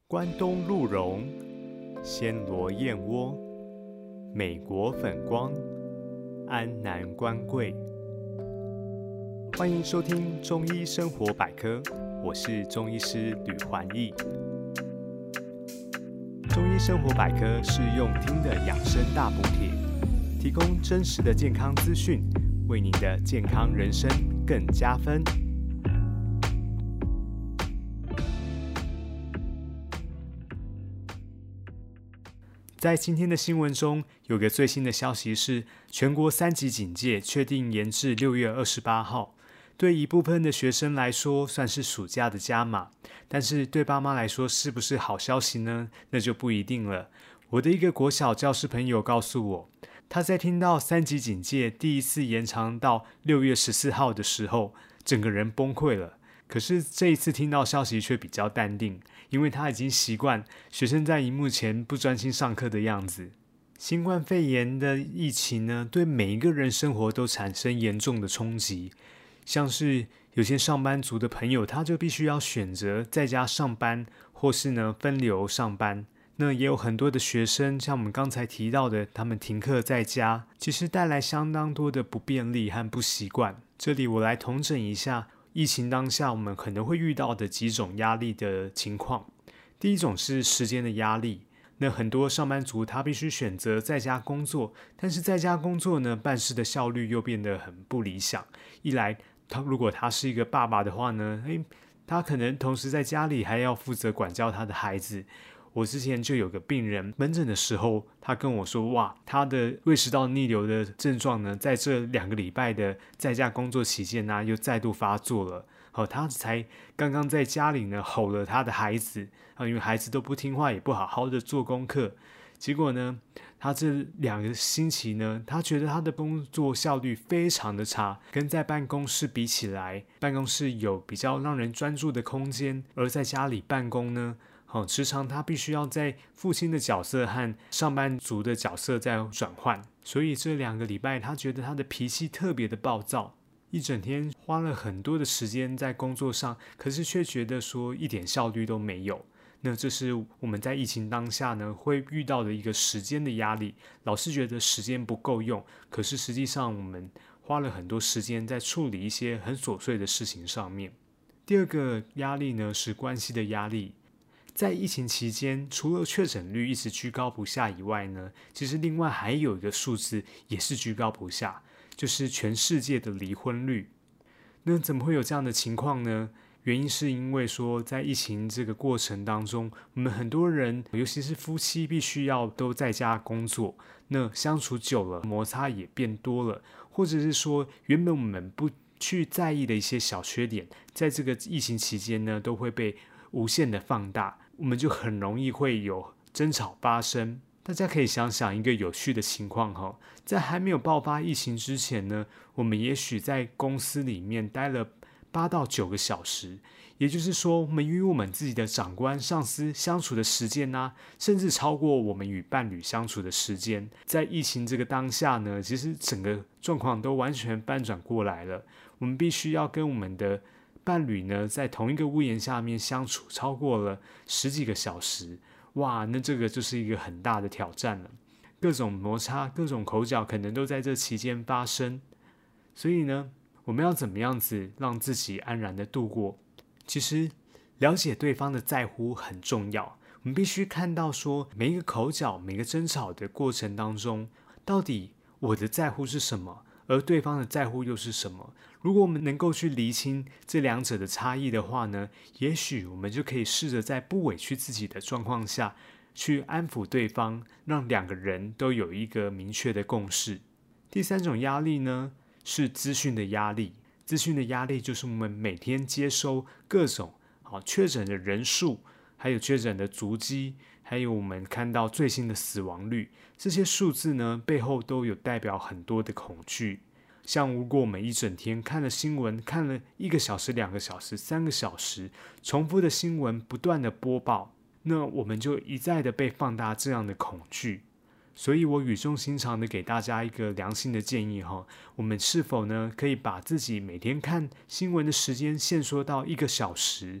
关东鹿茸、暹罗燕窝、美国粉光、安南官桂。欢迎收听中医生活百科，我是中医师吕环义。中医生活百科是用听的养生大补帖，提供真实的健康资讯，为您的健康人生更加分。在今天的新闻中，有个最新的消息是，全国3级警戒确定延至6月28号。对一部分的学生来说，算是暑假的加码，但是对爸妈来说，是不是好消息呢？那就不一定了。我的一个国小教师朋友告诉我，他在听到3级警戒第一次延长到6月14号的时候，整个人崩溃了。可是这一次听到消息却比较淡定，因为他已经习惯学生在荧幕前不专心上课的样子。新冠肺炎的疫情呢，对每一个人生活都产生严重的冲击。像是有些上班族的朋友，他就必须要选择在家上班，或是呢分流上班。那也有很多的学生，像我们刚才提到的，他们停课在家，其实带来相当多的不便利和不习惯。这里我来统整一下疫情当下我们可能会遇到的几种压力的情况。第一种是时间的压力，那很多上班族他必须选择在家工作，但是在家工作呢，办事的效率又变得很不理想。一来如果他是一个爸爸的话呢，他可能同时在家里还要负责管教他的孩子。我之前就有个病人门诊的时候，他跟我说，哇，他的胃食道逆流的症状呢，在这2个礼拜的在家工作期间呢，又再度发作了。他才刚刚在家里呢吼了他的孩子，因为孩子都不听话，也不好好的做功课。结果呢，他这2个星期呢，他觉得他的工作效率非常的差，跟在办公室比起来，办公室有比较让人专注的空间，而在家里办公呢，时常他必须要在父亲的角色和上班族的角色在转换，所以这2个礼拜他觉得他的脾气特别的暴躁，一整天花了很多的时间在工作上，可是却觉得说一点效率都没有。那这是我们在疫情当下呢会遇到的一个时间的压力，老是觉得时间不够用，可是实际上我们花了很多时间在处理一些很琐碎的事情上面。第二个压力呢是关系的压力。在疫情期间，除了确诊率一直居高不下以外呢，其实另外还有一个数字也是居高不下，就是全世界的离婚率。那怎么会有这样的情况呢？原因是因为说，在疫情这个过程当中，我们很多人，尤其是夫妻，必须要都在家工作，那相处久了，摩擦也变多了，或者是说，原本我们不去在意的一些小缺点，在这个疫情期间呢，都会被无限的放大，我们就很容易会有争吵发生。大家可以想想一个有趣的情况，在还没有爆发疫情之前呢，我们也许在公司里面待了8到9个小时，也就是说，我们与我们自己的长官、上司相处的时间呢，甚至超过我们与伴侣相处的时间。在疫情这个当下呢，其实整个状况都完全翻转过来了。我们必须要跟我们的伴侣呢，在同一个屋檐下面相处超过了10几个小时，哇，那这个就是一个很大的挑战了。各种摩擦、各种口角可能都在这期间发生。所以呢，我们要怎么样子让自己安然的度过？其实了解对方的在乎很重要，我们必须看到说，每一个口角、每个争吵的过程当中，到底我的在乎是什么，而对方的在乎又是什么？如果我们能够去厘清这2者的差异的话呢，也许我们就可以试着在不委屈自己的状况下，去安抚对方，让2个人都有一个明确的共识。第3种压力呢，是资讯的压力。资讯的压力就是我们每天接收各种确诊的人数，还有确诊的足迹，还有我们看到最新的死亡率，这些数字呢背后都有代表很多的恐惧。像如果我们一整天看了新闻，看了1个小时、2个小时、3个小时，重复的新闻不断的播报，那我们就一再的被放大这样的恐惧。所以我语重心长的给大家一个良心的建议，我们是否呢可以把自己每天看新闻的时间限缩到1个小时，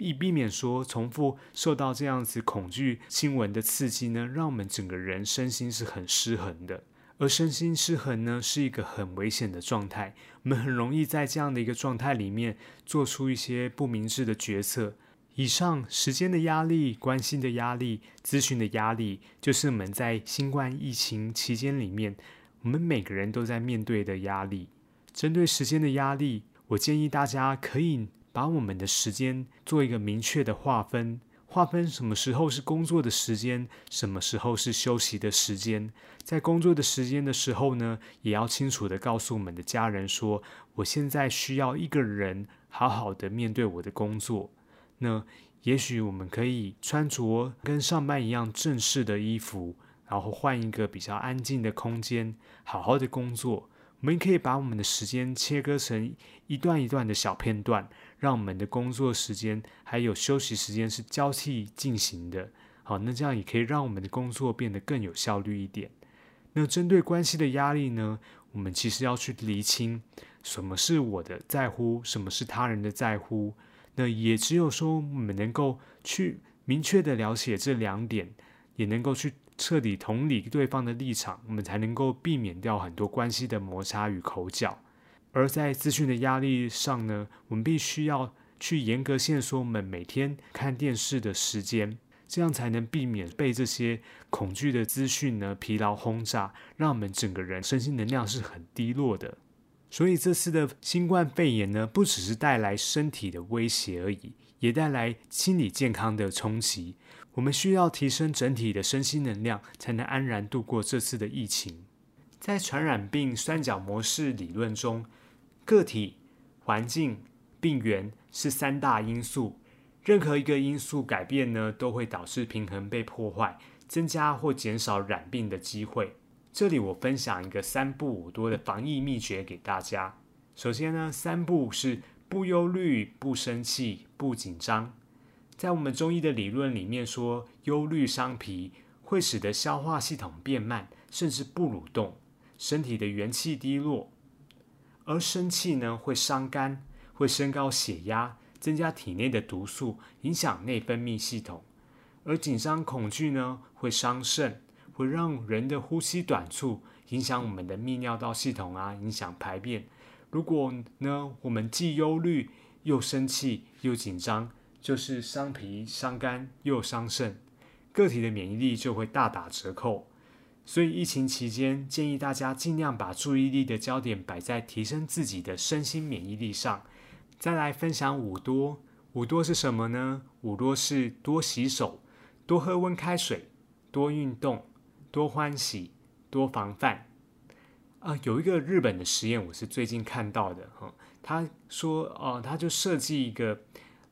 以避免说重复受到这样子恐惧新闻的刺激呢，让我们整个人身心是很失衡的。而身心失衡呢，是一个很危险的状态，我们很容易在这样的一个状态里面做出一些不明智的决策。以上时间的压力、关心的压力、资讯的压力，就是我们在新冠疫情期间里面，我们每个人都在面对的压力。针对时间的压力，我建议大家可以把我们的时间做一个明确的划分什么时候是工作的时间，什么时候是休息的时间。在工作的时间的时候呢，也要清楚的告诉我们的家人说，我现在需要一个人好好的面对我的工作。那也许我们可以穿着跟上班一样正式的衣服，然后换一个比较安静的空间，好好的工作。我们可以把我们的时间切割成一段一段的小片段，让我们的工作时间还有休息时间是交替进行的。好，那这样也可以让我们的工作变得更有效率一点。那针对关系的压力呢，我们其实要去厘清什么是我的在乎，什么是他人的在乎。那也只有说我们能够去明确的了解这两点，也能够去彻底同理对方的立场，我们才能够避免掉很多关系的摩擦与口角。而在资讯的压力上呢，我们必须要去严格限缩我们每天看电视的时间，这样才能避免被这些恐惧的资讯呢疲劳轰炸，让我们整个人身心能量是很低落的。所以这次的新冠肺炎呢，不只是带来身体的威胁而已，也带来心理健康的冲击。我们需要提升整体的身心能量，才能安然度过这次的疫情。在传染病三角模式理论中，个体、环境、病原是三大因素。任何一个因素改变呢，都会导致平衡被破坏，增加或减少染病的机会。这里我分享一个3不5多的防疫秘诀给大家。首先呢，3不是不忧虑、不生气、不紧张。在我们中医的理论里面说，忧虑伤脾，会使得消化系统变慢，甚至不蠕动，身体的元气低落。而生气呢，会伤肝，会升高血压，增加体内的毒素，影响内分泌系统。而紧张恐惧呢，会伤肾，会让人的呼吸短促，影响我们的泌尿道系统啊，影响排便。如果呢，我们既忧虑又生气又紧张，就是伤脾伤肝又伤肾，个体的免疫力就会大打折扣。所以疫情期间，建议大家尽量把注意力的焦点摆在提升自己的身心免疫力上。再来分享5多。5多是什么呢？5多是多洗手，多喝温开水，多运动，多欢喜，多防范。有一个日本的实验，我是最近看到的。他说，他就设计一个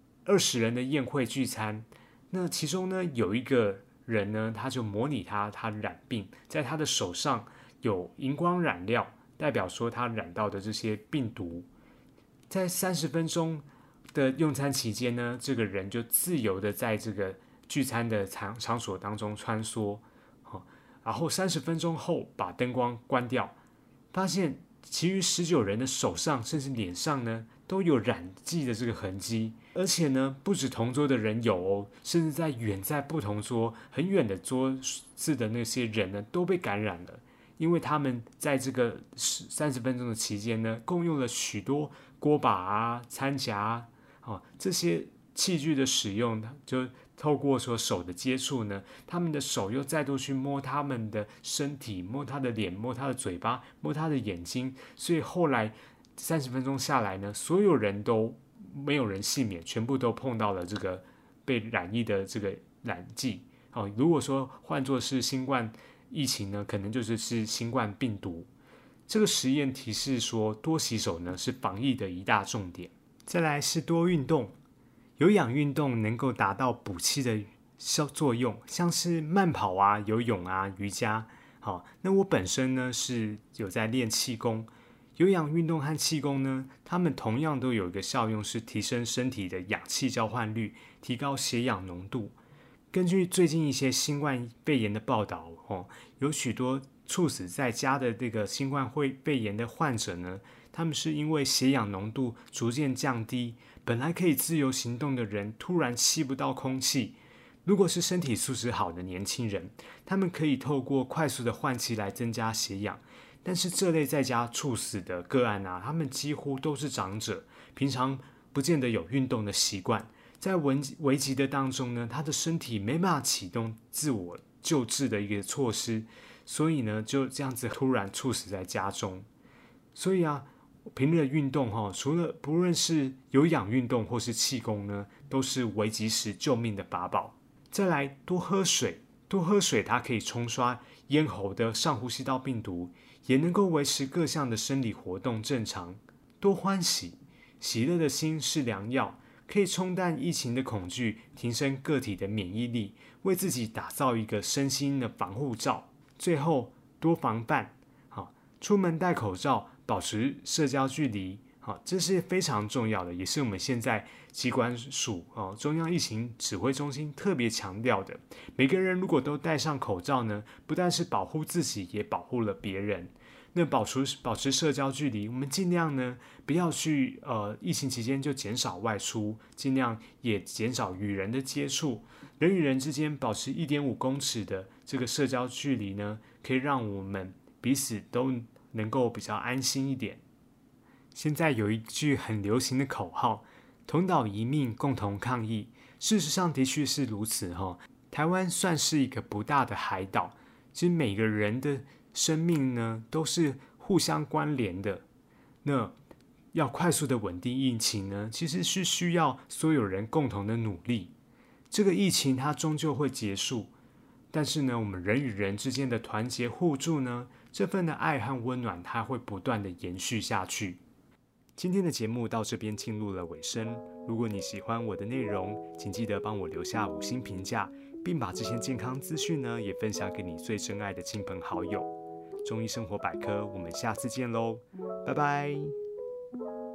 20人的宴会聚餐。那其中呢，有一个人呢，他就模拟他染病，在他的手上有荧光染料，代表说他染到的这些病毒。在30分钟的用餐期间呢，这个人就自由的在这个聚餐的场所当中穿梭。然后30分钟后把灯光关掉，发现其余19人的手上甚至脸上呢都有染剂的这个痕迹。而且呢，不止同桌的人有哦，甚至在不同桌很远的桌子的那些人呢都被感染了。因为他们在这个30分钟的期间呢，共用了许多锅把啊、餐夹啊，这些器具的使用，就透过说手的接触呢，他们的手又再度去摸他们的身体，摸他的脸，摸他的嘴巴，摸他的眼睛。所以后来30分钟下来呢，所有人都没有人幸免，全部都碰到了这个被染疫的这个染剂。如果说换作是新冠疫情呢，可能就是新冠病毒。这个实验提示说，多洗手呢是防疫的一大重点。再来是多运动，有氧运动能够达到补气的作用，像是慢跑啊、游泳啊、瑜伽。那我本身呢是有在练气功。有氧运动和气功呢，它们同样都有一个效用，是提升身体的氧气交换率，提高血氧浓度。根据最近一些新冠肺炎的报道，有许多猝死在家的这个新冠肺炎的患者呢，他们是因为血氧浓度逐渐降低， 本来可以自由行动的人突然吸不到空气。如果是身体素质好的年轻人，他们可以透过快速的换气来增加血氧。但是这类在家猝死的个案啊，他们几乎都是长者，平常不见得有运动的习惯，在危急的当中呢，他的身体没办法启动自我救治的一个措施，所以呢就这样子突然猝死在家中。所以啊，平日的运动除了不论是有氧运动或是气功呢，都是危急时救命的法宝。再来多喝水，多喝水它可以冲刷咽喉的上呼吸道病毒，也能够维持各项的生理活动正常。多欢喜，喜乐的心是良药，可以冲淡疫情的恐惧，提升个体的免疫力，为自己打造一个身心的防护罩。最后多防范，出门戴口罩，保持社交距离，这是非常重要的，也是我们现在疾管署中央疫情指挥中心特别强调的。每个人如果都戴上口罩呢，不但是保护自己，也保护了别人。那保持社交距离，我们尽量呢不要去疫情期间就减少外出，尽量也减少与人的接触。人与人之间保持1.5公尺的这个社交距离呢，可以让我们彼此都能够比较安心一点。现在有一句很流行的口号，同岛一命，共同抗疫。事实上的确是如此台湾算是一个不大的海岛，其实每个人的生命呢都是互相关联的。那要快速的稳定疫情呢，其实是需要所有人共同的努力。这个疫情它终究会结束，但是呢，我们人与人之间的团结互助呢，这份的爱和温暖，它会不断的延续下去。今天的节目到这边进入了尾声。如果你喜欢我的内容，请记得帮我留下5星评价，并把这些健康资讯呢也分享给你最珍爱的亲朋好友。中医生活百科，我们下次见喽，拜拜。